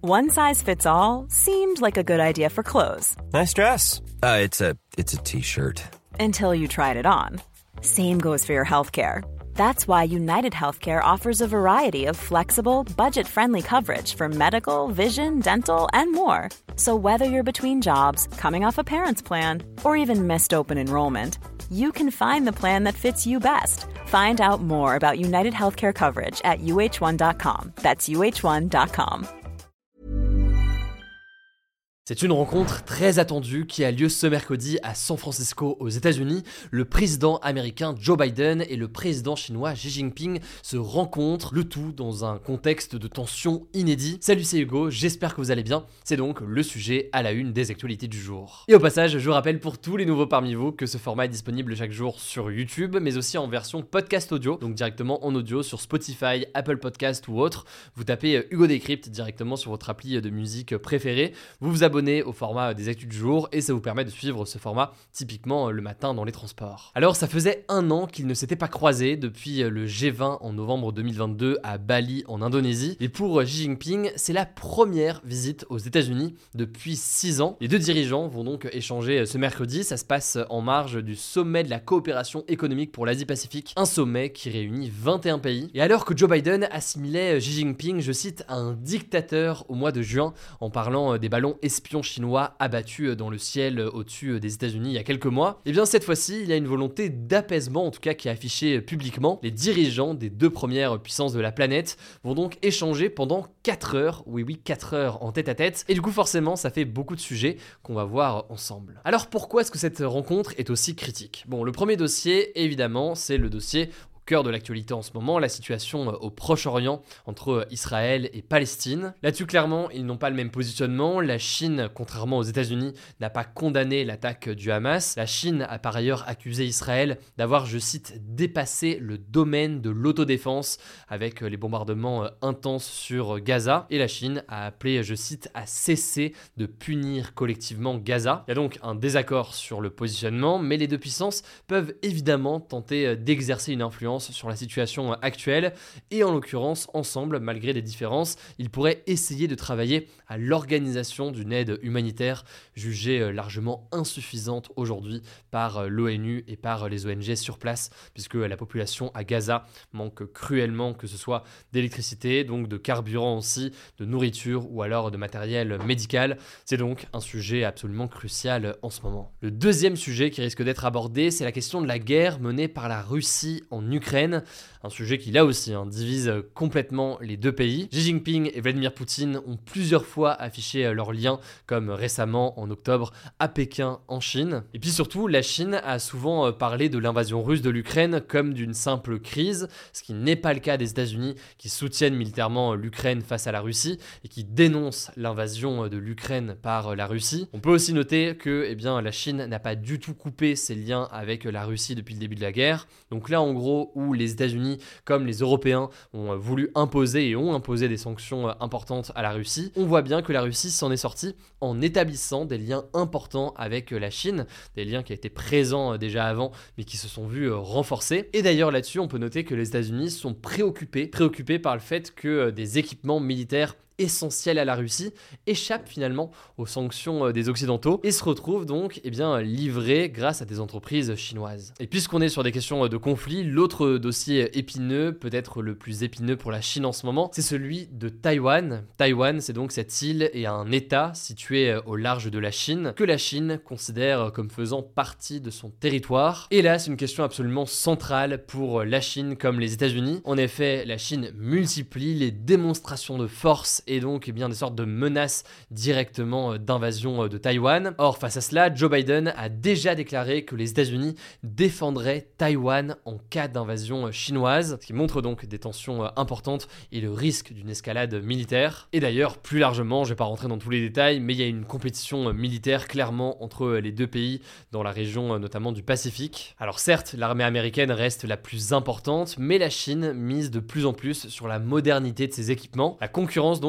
One size fits all seemed like a good idea for clothes. Nice dress. It's a t-shirt. Until you tried it on. Same goes for your healthcare. That's why United Healthcare offers a variety of flexible, budget-friendly coverage for medical, vision, dental, and more. So whether you're between jobs, coming off a parent's plan, or even missed open enrollment, you can find the plan that fits you best. Find out more about United Healthcare coverage at uh1.com. That's uh1.com. C'est une rencontre très attendue qui a lieu ce mercredi à San Francisco aux États-Unis. Le président américain Joe Biden et le président chinois Xi Jinping se rencontrent, le tout dans un contexte de tension inédit. Salut, c'est Hugo, j'espère que vous allez bien. C'est donc le sujet à la une des actualités du jour. Et au passage, je vous rappelle pour tous les nouveaux parmi vous que ce format est disponible chaque jour sur YouTube, mais aussi en version podcast audio, donc directement en audio sur Spotify, Apple Podcast ou autre. Vous tapez Hugo Décrypte directement sur votre appli de musique préférée. Vous vous abonnez au format des actus du jour et ça vous permet de suivre ce format typiquement le matin dans les transports. Alors ça faisait 1 an qu'ils ne s'étaient pas croisés depuis le G20 en novembre 2022 à Bali en Indonésie, et pour Xi Jinping c'est la première visite aux États-Unis depuis 6 ans. Les deux dirigeants vont donc échanger ce mercredi, ça se passe en marge du sommet de la coopération économique pour l'Asie-Pacifique, un sommet qui réunit 21 pays. Et alors que Joe Biden assimilait Xi Jinping, je cite, à un dictateur au mois de juin en parlant des ballons espions chinois abattus dans le ciel au-dessus des États-Unis il y a quelques mois, et bien cette fois-ci, il y a une volonté d'apaisement en tout cas qui est affichée publiquement. Les dirigeants des 2 premières puissances de la planète vont donc échanger pendant 4 heures, oui 4 heures en tête-à-tête, et du coup forcément ça fait beaucoup de sujets qu'on va voir ensemble. Alors pourquoi est-ce que cette rencontre est aussi critique ? Bon, le premier dossier évidemment c'est le dossier cœur de l'actualité en ce moment, la situation au Proche-Orient entre Israël et Palestine. Là-dessus, clairement, ils n'ont pas le même positionnement. La Chine, contrairement aux États-Unis, n'a pas condamné l'attaque du Hamas. La Chine a par ailleurs accusé Israël d'avoir, je cite, dépassé le domaine de l'autodéfense avec les bombardements intenses sur Gaza. Et la Chine a appelé, je cite, à cesser de punir collectivement Gaza. Il y a donc un désaccord sur le positionnement, mais les deux puissances peuvent évidemment tenter d'exercer une influence sur la situation actuelle, et en l'occurrence, ensemble, malgré des différences, ils pourraient essayer de travailler à l'organisation d'une aide humanitaire jugée largement insuffisante aujourd'hui par l'ONU et par les ONG sur place, puisque la population à Gaza manque cruellement, que ce soit d'électricité, donc de carburant aussi, de nourriture ou alors de matériel médical. C'est donc un sujet absolument crucial en ce moment. Le deuxième sujet qui risque d'être abordé, c'est la question de la guerre menée par la Russie en Ukraine, un sujet qui là aussi divise complètement les deux pays. Xi Jinping et Vladimir Poutine ont plusieurs fois affiché leurs liens, comme récemment en octobre à Pékin en Chine. Et puis surtout, la Chine a souvent parlé de l'invasion russe de l'Ukraine comme d'une simple crise, ce qui n'est pas le cas des États-Unis qui soutiennent militairement l'Ukraine face à la Russie et qui dénoncent l'invasion de l'Ukraine par la Russie. On peut aussi noter que la Chine n'a pas du tout coupé ses liens avec la Russie depuis le début de la guerre. Donc là, en gros, où les États-Unis comme les Européens ont voulu imposer et ont imposé des sanctions importantes à la Russie, on voit bien que la Russie s'en est sortie en établissant des liens importants avec la Chine, des liens qui étaient présents déjà avant mais qui se sont vus renforcés. Et d'ailleurs là-dessus, on peut noter que les États-Unis sont préoccupés par le fait que des équipements militaires essentiels à la Russie échappent finalement aux sanctions des Occidentaux et se retrouvent donc livrés grâce à des entreprises chinoises. Et puisqu'on est sur des questions de conflit, l'autre dossier épineux, peut-être le plus épineux pour la Chine en ce moment, c'est celui de Taïwan. Taïwan, c'est donc cette île et un État situé au large de la Chine, que la Chine considère comme faisant partie de son territoire. Et là, c'est une question absolument centrale pour la Chine comme les États-Unis. En effet, la Chine multiplie les démonstrations de force et donc des sortes de menaces directement d'invasion de Taïwan. Or, face à cela, Joe Biden a déjà déclaré que les États-Unis défendraient Taïwan en cas d'invasion chinoise, ce qui montre donc des tensions importantes et le risque d'une escalade militaire. Et d'ailleurs, plus largement, je ne vais pas rentrer dans tous les détails, mais il y a une compétition militaire clairement entre les deux pays dans la région notamment du Pacifique. Alors certes, l'armée américaine reste la plus importante, mais la Chine mise de plus en plus sur la modernité de ses équipements. La concurrence donc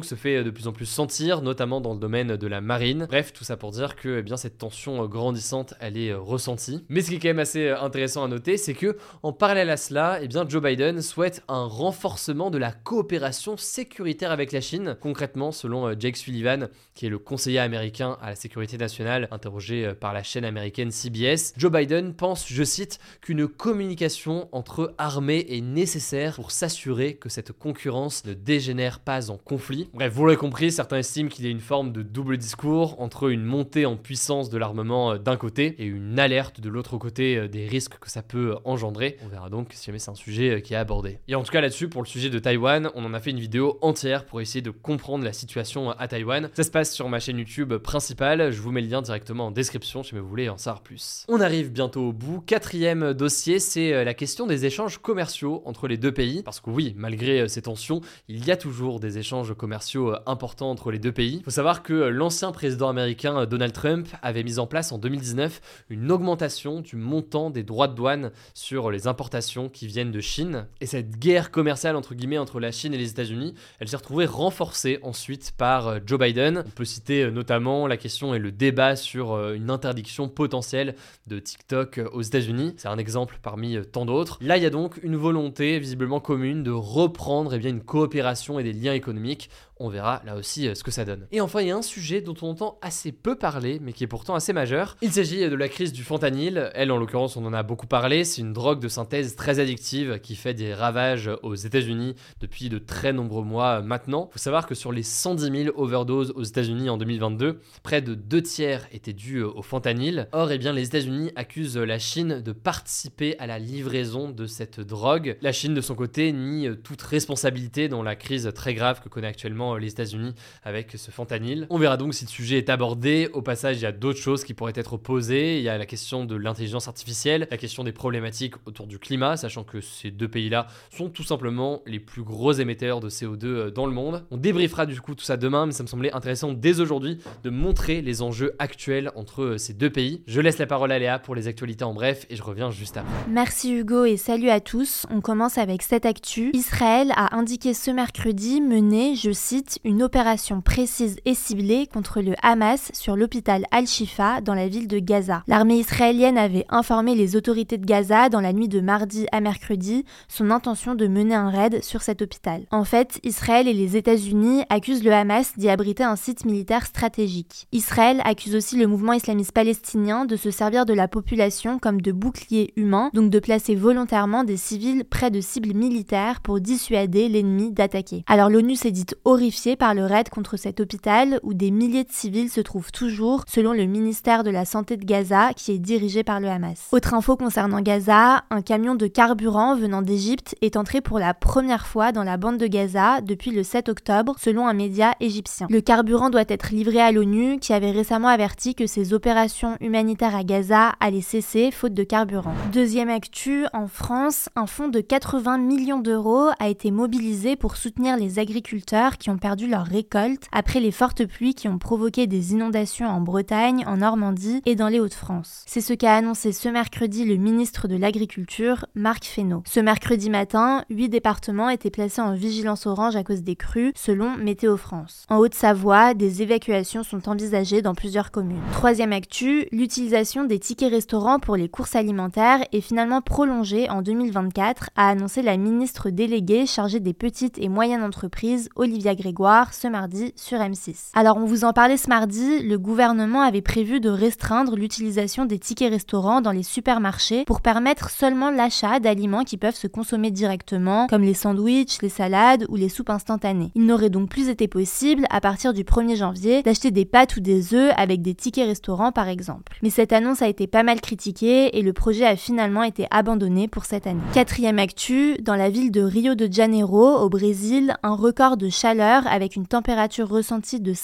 donc se fait de plus en plus sentir, notamment dans le domaine de la marine. Bref, tout ça pour dire que cette tension grandissante, elle est ressentie. Mais ce qui est quand même assez intéressant à noter, c'est que en parallèle à cela, Joe Biden souhaite un renforcement de la coopération sécuritaire avec la Chine. Concrètement, selon Jake Sullivan, qui est le conseiller américain à la sécurité nationale, interrogé par la chaîne américaine CBS, Joe Biden pense, je cite, qu'une communication entre armées est nécessaire pour s'assurer que cette concurrence ne dégénère pas en conflit. Bref, vous l'aurez compris, certains estiment qu'il y a une forme de double discours entre une montée en puissance de l'armement d'un côté et une alerte de l'autre côté des risques que ça peut engendrer. On verra donc si jamais c'est un sujet qui est abordé. Et en tout cas là-dessus, pour le sujet de Taïwan, on en a fait une vidéo entière pour essayer de comprendre la situation à Taïwan. Ça se passe sur ma chaîne YouTube principale, je vous mets le lien directement en description si vous voulez en savoir plus. On arrive bientôt au bout. 4e dossier, c'est la question des échanges commerciaux entre les deux pays. Parce que oui, malgré ces tensions, il y a toujours des échanges commerciaux importants entre les deux pays. Il faut savoir que l'ancien président américain Donald Trump avait mis en place en 2019 une augmentation du montant des droits de douane sur les importations qui viennent de Chine. Et cette guerre commerciale entre guillemets entre la Chine et les États-Unis, elle s'est retrouvée renforcée ensuite par Joe Biden. On peut citer notamment la question et le débat sur une interdiction potentielle de TikTok aux États-Unis. C'est un exemple parmi tant d'autres. Là, il y a donc une volonté visiblement commune de reprendre une coopération et des liens économiques. On verra là aussi ce que ça donne. Et enfin, il y a un sujet dont on entend assez peu parler, mais qui est pourtant assez majeur. Il s'agit de la crise du fentanyl. Elle, en l'occurrence, on en a beaucoup parlé. C'est une drogue de synthèse très addictive qui fait des ravages aux États-Unis depuis de très nombreux mois maintenant. Il faut savoir que sur les 110 000 overdoses aux États-Unis en 2022, près de 2 tiers étaient dus au fentanyl. Or, les États-Unis accusent la Chine de participer à la livraison de cette drogue. La Chine, de son côté, nie toute responsabilité dans la crise très grave que connaît actuellement les États-Unis avec ce fentanyl. On verra donc si le sujet est abordé. Au passage, il y a d'autres choses qui pourraient être posées. Il y a la question de l'intelligence artificielle, la question des problématiques autour du climat, sachant que ces deux pays-là sont tout simplement les plus gros émetteurs de CO2 dans le monde. On débriefera du coup tout ça demain, mais ça me semblait intéressant dès aujourd'hui de montrer les enjeux actuels entre ces deux pays. Je laisse la parole à Léa pour les actualités en bref et je reviens juste après. Merci Hugo et salut à tous. On commence avec cette actu. Israël a indiqué ce mercredi mener, je cite, une opération précise et ciblée contre le Hamas sur l'hôpital Al-Shifa dans la ville de Gaza. L'armée israélienne avait informé les autorités de Gaza dans la nuit de mardi à mercredi son intention de mener un raid sur cet hôpital. En fait, Israël et les États-Unis accusent le Hamas d'y abriter un site militaire stratégique. Israël accuse aussi le mouvement islamiste palestinien de se servir de la population comme de boucliers humains, donc de placer volontairement des civils près de cibles militaires pour dissuader l'ennemi d'attaquer. Alors l'ONU s'est dite horrifiée par le raid contre cet hôpital où des milliers de civils se trouvent toujours, selon le ministère de la Santé de Gaza qui est dirigé par le Hamas. Autre info concernant Gaza, un camion de carburant venant d'Égypte est entré pour la première fois dans la bande de Gaza depuis le 7 octobre, selon un média égyptien. Le carburant doit être livré à l'ONU qui avait récemment averti que ses opérations humanitaires à Gaza allaient cesser faute de carburant. Deuxième actu, en France, un fonds de 80 millions d'euros a été mobilisé pour soutenir les agriculteurs qui ont perdu leur récolte après les fortes pluies qui ont provoqué des inondations en Bretagne, en Normandie et dans les Hauts-de-France. C'est ce qu'a annoncé ce mercredi le ministre de l'Agriculture, Marc Fesneau. Ce mercredi matin, 8 départements étaient placés en vigilance orange à cause des crues, selon Météo France. En Haute-Savoie, des évacuations sont envisagées dans plusieurs communes. Troisième actu, l'utilisation des tickets restaurants pour les courses alimentaires est finalement prolongée en 2024, a annoncé la ministre déléguée chargée des petites et moyennes entreprises, Olivia Grégoire, ce mardi sur M6. Alors on vous en parlait ce mardi, le gouvernement avait prévu de restreindre l'utilisation des tickets restaurants dans les supermarchés pour permettre seulement l'achat d'aliments qui peuvent se consommer directement, comme les sandwichs, les salades ou les soupes instantanées. Il n'aurait donc plus été possible, à partir du 1er janvier, d'acheter des pâtes ou des œufs avec des tickets restaurants par exemple. Mais cette annonce a été pas mal critiquée et le projet a finalement été abandonné pour cette année. Quatrième actu, dans la ville de Rio de Janeiro, au Brésil, un record de chaleur avec une température ressentie de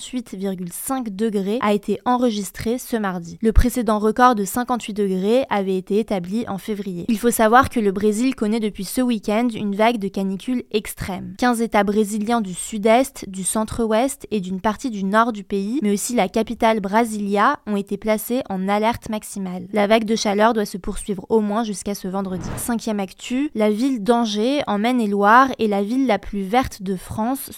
58,5 degrés a été enregistré ce mardi. Le précédent record de 58 degrés avait été établi en février. Il faut savoir que le Brésil connaît depuis ce week-end une vague de canicule extrême. 15 États brésiliens du sud-est, du centre-ouest et d'une partie du nord du pays, mais aussi la capitale Brasilia, ont été placés en alerte maximale. La vague de chaleur doit se poursuivre au moins jusqu'à ce vendredi. Cinquième actu, la ville d'Angers, en Maine-et-Loire, est la ville la plus verte de France,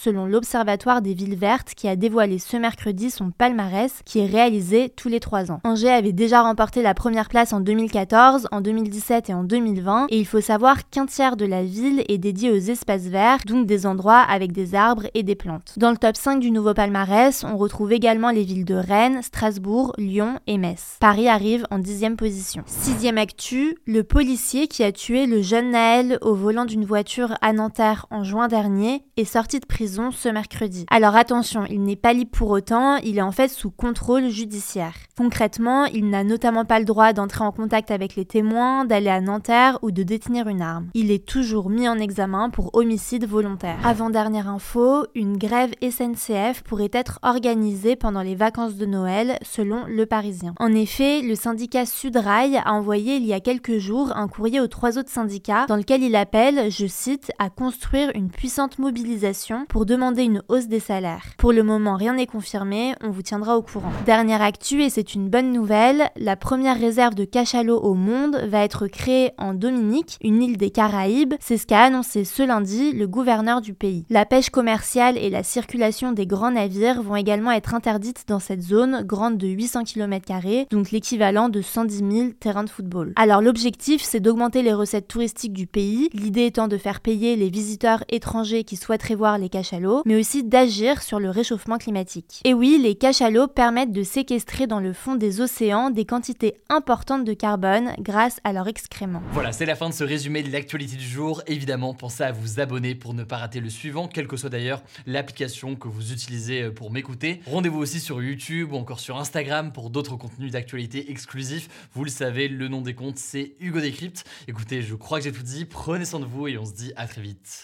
selon l'Observatoire des villes vertes qui a dévoilé ce mercredi son palmarès qui est réalisé tous les 3 ans. Angers avait déjà remporté la première place en 2014, en 2017 et en 2020 et il faut savoir qu'un tiers de la ville est dédié aux espaces verts, donc des endroits avec des arbres et des plantes. Dans le top 5 du nouveau palmarès, on retrouve également les villes de Rennes, Strasbourg, Lyon et Metz. Paris arrive en 10e position. 6e actu, le policier qui a tué le jeune Naël au volant d'une voiture à Nanterre en juin dernier est sorti de prison ce mercredi. Alors attention, il n'est pas libre pour autant, il est en fait sous contrôle judiciaire. Concrètement, il n'a notamment pas le droit d'entrer en contact avec les témoins, d'aller à Nanterre ou de détenir une arme. Il est toujours mis en examen pour homicide volontaire. Avant-dernière info, une grève SNCF pourrait être organisée pendant les vacances de Noël, selon Le Parisien. En effet, le syndicat Sudrail a envoyé il y a quelques jours un courrier aux 3 autres syndicats dans lequel il appelle, je cite, à construire une puissante mobilisation pour demander une hausse des salaires. Pour le moment, rien n'est confirmé, on vous tiendra au courant. Dernière actu, et c'est une bonne nouvelle, la première réserve de cachalot au monde va être créée en Dominique, une île des Caraïbes, c'est ce qu'a annoncé ce lundi le gouverneur du pays. La pêche commerciale et la circulation des grands navires vont également être interdites dans cette zone grande de 800 km², donc l'équivalent de 110 000 terrains de football. Alors l'objectif, c'est d'augmenter les recettes touristiques du pays, l'idée étant de faire payer les visiteurs étrangers qui souhaiteraient voir les cachalots, mais aussi d'agir sur le réchauffement climatique. Et oui, les cachalots permettent de séquestrer dans le fond des océans des quantités importantes de carbone grâce à leur excréments. Voilà, c'est la fin de ce résumé de l'actualité du jour. Évidemment, pensez à vous abonner pour ne pas rater le suivant, quelle que soit d'ailleurs l'application que vous utilisez pour m'écouter. Rendez-vous aussi sur YouTube ou encore sur Instagram pour d'autres contenus d'actualité exclusifs. Vous le savez, le nom des comptes, c'est Hugo Décrypte. Écoutez, je crois que j'ai tout dit. Prenez soin de vous et on se dit à très vite.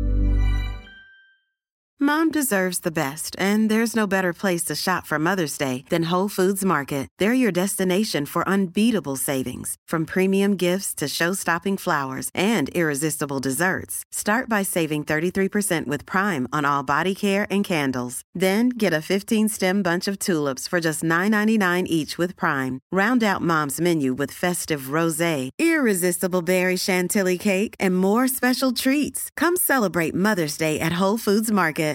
Mom deserves the best, and there's no better place to shop for Mother's Day than Whole Foods Market. They're your destination for unbeatable savings, from premium gifts to show-stopping flowers and irresistible desserts. Start by saving 33% with Prime on all body care and candles. Then get a 15-stem bunch of tulips for just $9.99 each with Prime. Round out Mom's menu with festive rosé, irresistible berry chantilly cake, and more special treats. Come celebrate Mother's Day at Whole Foods Market.